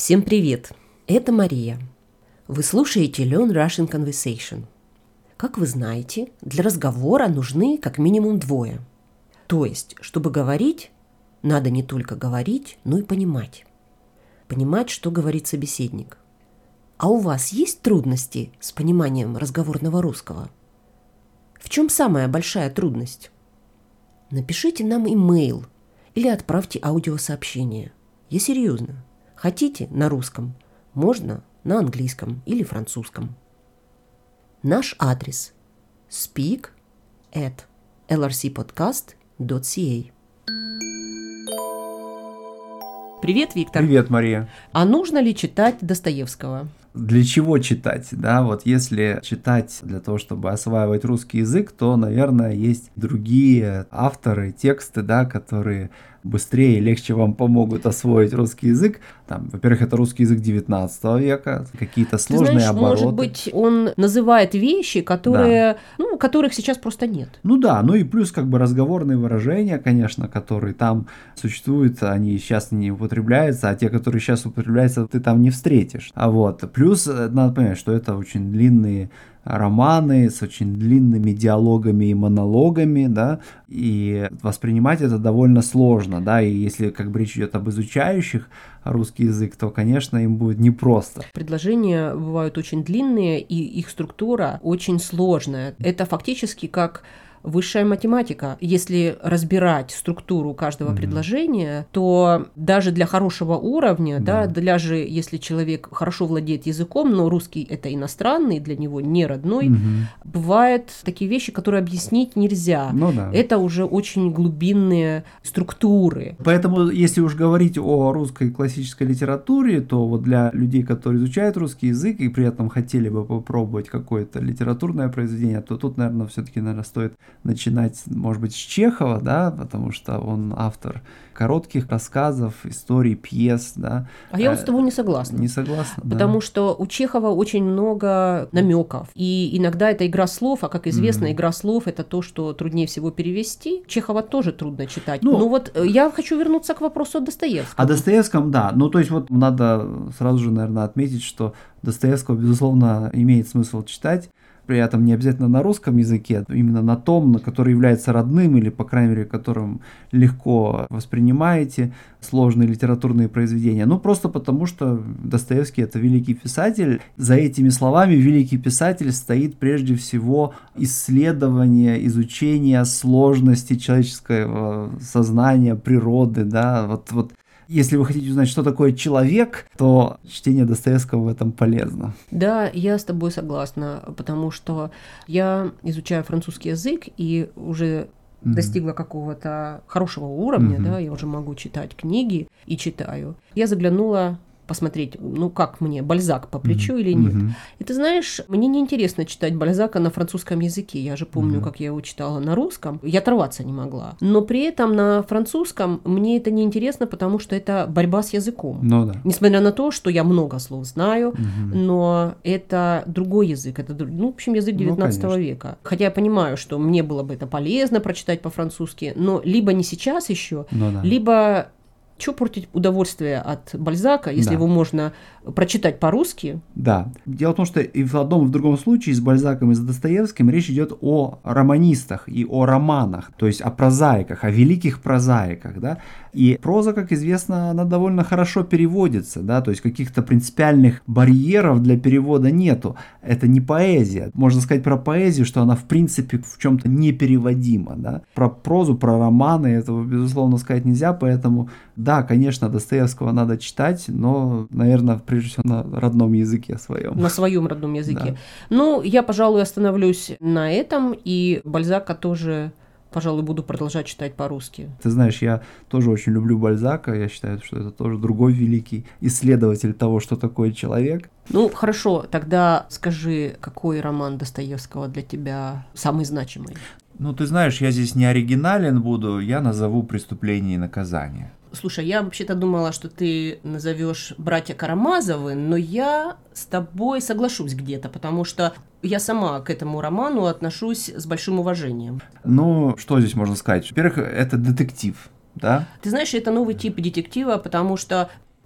Всем привет! Это Мария. Вы слушаете Learn Russian Conversation. Как вы знаете, для разговора нужны как минимум двое. То есть, чтобы говорить, надо не только говорить, но и понимать. Понимать, что говорит собеседник. А у вас есть трудности с пониманием разговорного русского? В чем самая большая трудность? Напишите нам имейл или отправьте аудиосообщение. Я серьезно. Хотите на русском? Можно на английском или французском. Наш адрес speak@lrcpodcast.ca. Привет, Виктор. Привет, Мария. А нужно ли читать Достоевского? Для чего читать? Да, вот если читать для того, чтобы осваивать русский язык, то, наверное, есть другие авторы, тексты, да, которые быстрее и легче вам помогут освоить русский язык. Там, во-первых, это русский язык 19 века, какие-то сложные обороты. Может быть, он называет вещи, которые, которых сейчас просто нет. Ну да, ну и плюс как бы разговорные выражения, конечно, которые там существуют, они сейчас не употребляются, а те, которые сейчас употребляются, ты там не встретишь. А вот, плюс надо понимать, что это очень длинные романы с очень длинными диалогами и монологами, да, и воспринимать это довольно сложно, да, и если как бы речь идет об изучающих русский язык, то, конечно, им будет непросто. Предложения бывают очень длинные, и их структура очень сложная. Это фактически как высшая математика. Если разбирать структуру каждого предложения, то даже для хорошего уровня, даже если человек хорошо владеет языком, но русский это иностранный, для него не родной, бывают такие вещи, которые объяснить нельзя. Это уже очень глубинные структуры. Поэтому, если уж говорить о русской классической литературе, то вот для людей, которые изучают русский язык и при этом хотели бы попробовать какое-то литературное произведение, то тут, наверное, все-таки, стоит начинать, может быть, с Чехова, да, потому что он автор коротких рассказов, историй, пьес, да. А я вот с тобой не согласна. Не согласна, потому что у Чехова очень много намеков, и иногда это игра слов, а как известно, игра слов это то, что труднее всего перевести. Чехова тоже трудно читать. Ну вот я хочу вернуться к вопросу о Достоевском. О Достоевском, да. Ну, то есть вот надо сразу же, наверное, отметить, что Достоевского, безусловно, имеет смысл читать. При этом не обязательно на русском языке, именно на том, который является родным или, по крайней мере, которым легко воспринимаете сложные литературные произведения. Ну, просто потому, что Достоевский – это великий писатель. За этими словами великий писатель стоит прежде всего исследование, изучение сложности человеческого сознания, природы, да, вот. Если вы хотите узнать, что такое человек, то чтение Достоевского в этом полезно. Да, я с тобой согласна, потому что я изучаю французский язык и уже достигла какого-то хорошего уровня, да, я уже могу читать книги и читаю. Я заглянула посмотреть, как мне, Бальзак по плечу или нет. И ты знаешь, мне неинтересно читать Бальзака на французском языке. Я же помню, как я его читала на русском. Я оторваться не могла. Но при этом на французском мне это неинтересно, потому что это борьба с языком. Несмотря на то, что я много слов знаю, но это другой язык. Это, в общем, язык 19 века. Хотя я понимаю, что мне было бы это полезно прочитать по-французски, но либо не сейчас еще, либо... Что портить удовольствие от Бальзака, если его можно прочитать по-русски? Да. Дело в том, что и в одном, и в другом случае с Бальзаком и с Достоевским речь идет о романистах и о романах, то есть о прозаиках, о великих прозаиках, да. И проза, как известно, она довольно хорошо переводится, да, то есть каких-то принципиальных барьеров для перевода нету. Это не поэзия. Можно сказать про поэзию, что она в принципе в чем-то непереводима, да. Про прозу, про романы этого, безусловно, сказать нельзя, поэтому, да, конечно, Достоевского надо читать, но, наверное, прежде всего на родном языке своем. На своем родном языке. Да. Я, пожалуй, остановлюсь на этом, и Бальзака тоже... Пожалуй, буду продолжать читать по-русски. Ты знаешь, я тоже очень люблю Бальзака. Я считаю, что это тоже другой великий исследователь того, что такое человек. Хорошо, тогда скажи, какой роман Достоевского для тебя самый значимый? Ты знаешь, я здесь не оригинален буду, я назову «Преступление и наказание». Слушай, я вообще-то думала, что ты назовешь «Братья Карамазовы», но я с тобой соглашусь где-то, потому что я сама к этому роману отношусь с большим уважением. Что здесь можно сказать? Во-первых, это детектив, да? Ты знаешь, это новый тип детектива, потому что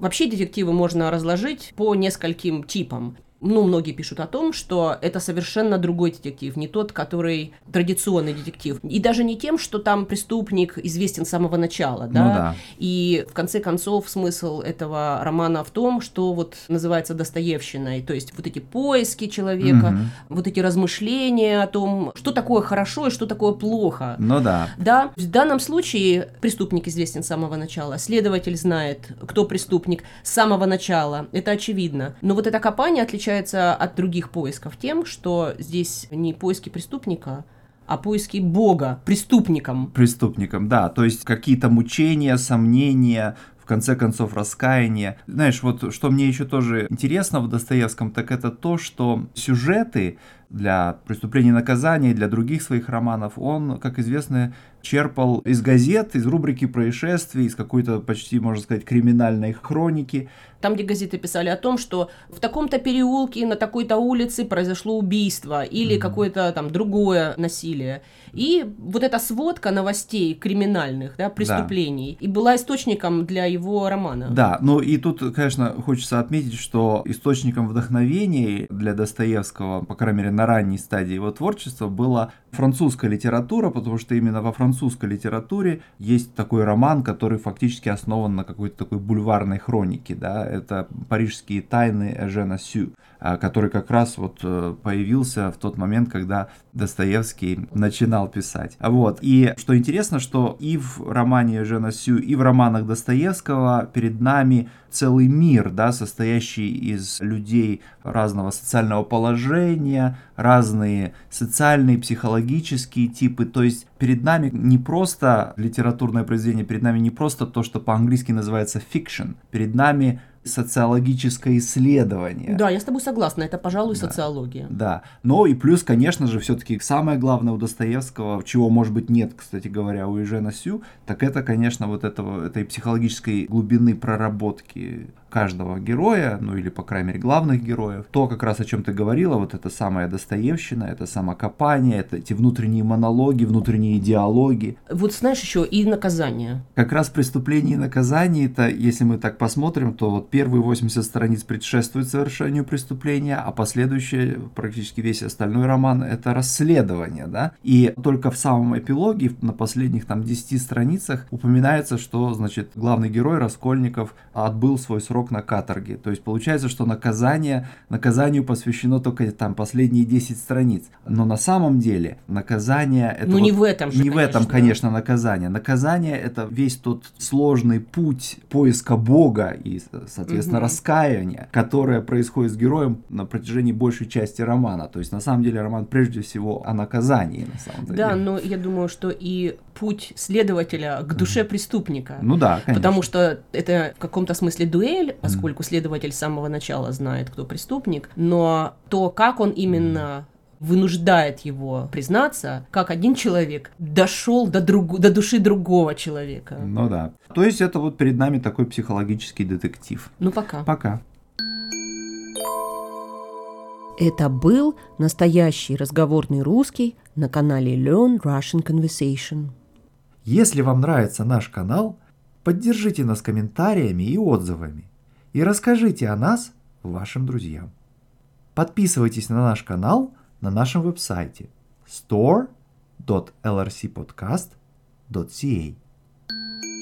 Вообще детективы можно разложить по нескольким типам. Многие пишут о том, что это совершенно другой детектив, не тот, который традиционный детектив. И даже не тем, что там преступник известен с самого начала, да? Да. И в конце концов смысл этого романа в том, что вот называется достоевщиной, то есть вот эти поиски человека, вот эти размышления о том, что такое хорошо и что такое плохо. Да. Да, в данном случае преступник известен с самого начала, следователь знает, кто преступник с самого начала, это очевидно. Но вот это копание отличается от других поисков тем, что здесь не поиски преступника, а поиски Бога преступником. Преступником, да. То есть какие-то мучения, сомнения, в конце концов раскаяние. Знаешь, вот что мне еще тоже интересно в Достоевском, так это то, что сюжеты для «Преступления и наказания» и для других своих романов он, как известно, черпал из газет, из рубрики происшествий, из какой-то почти, можно сказать, криминальной хроники. Там, где газеты писали о том, что в таком-то переулке на такой-то улице произошло убийство или какое-то там другое насилие. И вот эта сводка новостей криминальных, да, преступлений, и была источником для его романа. Да, и тут, конечно, хочется отметить, что источником вдохновения для Достоевского, по крайней мере, на ранней стадии его творчества, была французская литература, потому что именно во французской литературе есть такой роман, который фактически основан на какой-то такой бульварной хронике, да, это «Парижские тайны» Эжена Сю, который как раз вот появился в тот момент, когда Достоевский начинал писать. И что интересно, что и в романе Эжена Сю, и в романах Достоевского перед нами целый мир, да, состоящий из людей разного социального положения, разные социальные, психологические типы. То есть перед нами не просто литературное произведение, перед нами не просто то, что по-английски называется fiction, перед нами социологическое исследование. Да, я с тобой согласна, это, пожалуй, социология. Да, и плюс, конечно же, все-таки самое главное у Достоевского, чего, может быть, нет, кстати говоря, у Эжена Сю, так это, конечно, вот этой психологической глубины проработки каждого героя, или, по крайней мере, главных героев. То, как раз о чем ты говорила, вот это самая достоевщина, это самокопание, это эти внутренние монологи, внутренние диалоги. Вот знаешь, еще и наказание. Как раз «Преступление и наказание», это, если мы так посмотрим, то вот первые 80 страниц предшествуют совершению преступления, а последующие, практически весь остальной роман, это расследование, да. И только в самом эпилоге, на последних 10 страницах упоминается, что, значит, главный герой Раскольников отбыл свой срок на каторге. То есть получается, что наказанию посвящено только последние 10 страниц. Но на самом деле наказание это не в этом же, не в этом, конечно, наказание. Наказание это весь тот сложный путь поиска Бога и, соответственно, раскаяния, которое происходит с героем на протяжении большей части романа. То есть на самом деле роман прежде всего о наказании, на самом деле. Да, но я думаю, что и путь следователя к душе преступника. Да, конечно. Потому что это в каком-то смысле дуэль, поскольку следователь с самого начала знает, кто преступник, но то, как он именно вынуждает его признаться, как один человек дошел до души другого человека. Да. То есть это вот перед нами такой психологический детектив. Пока. Пока. Это был настоящий разговорный русский на канале Learn Russian Conversation. Если вам нравится наш канал, поддержите нас комментариями и отзывами и расскажите о нас вашим друзьям. Подписывайтесь на наш канал на нашем веб-сайте store.lrcpodcast.ca.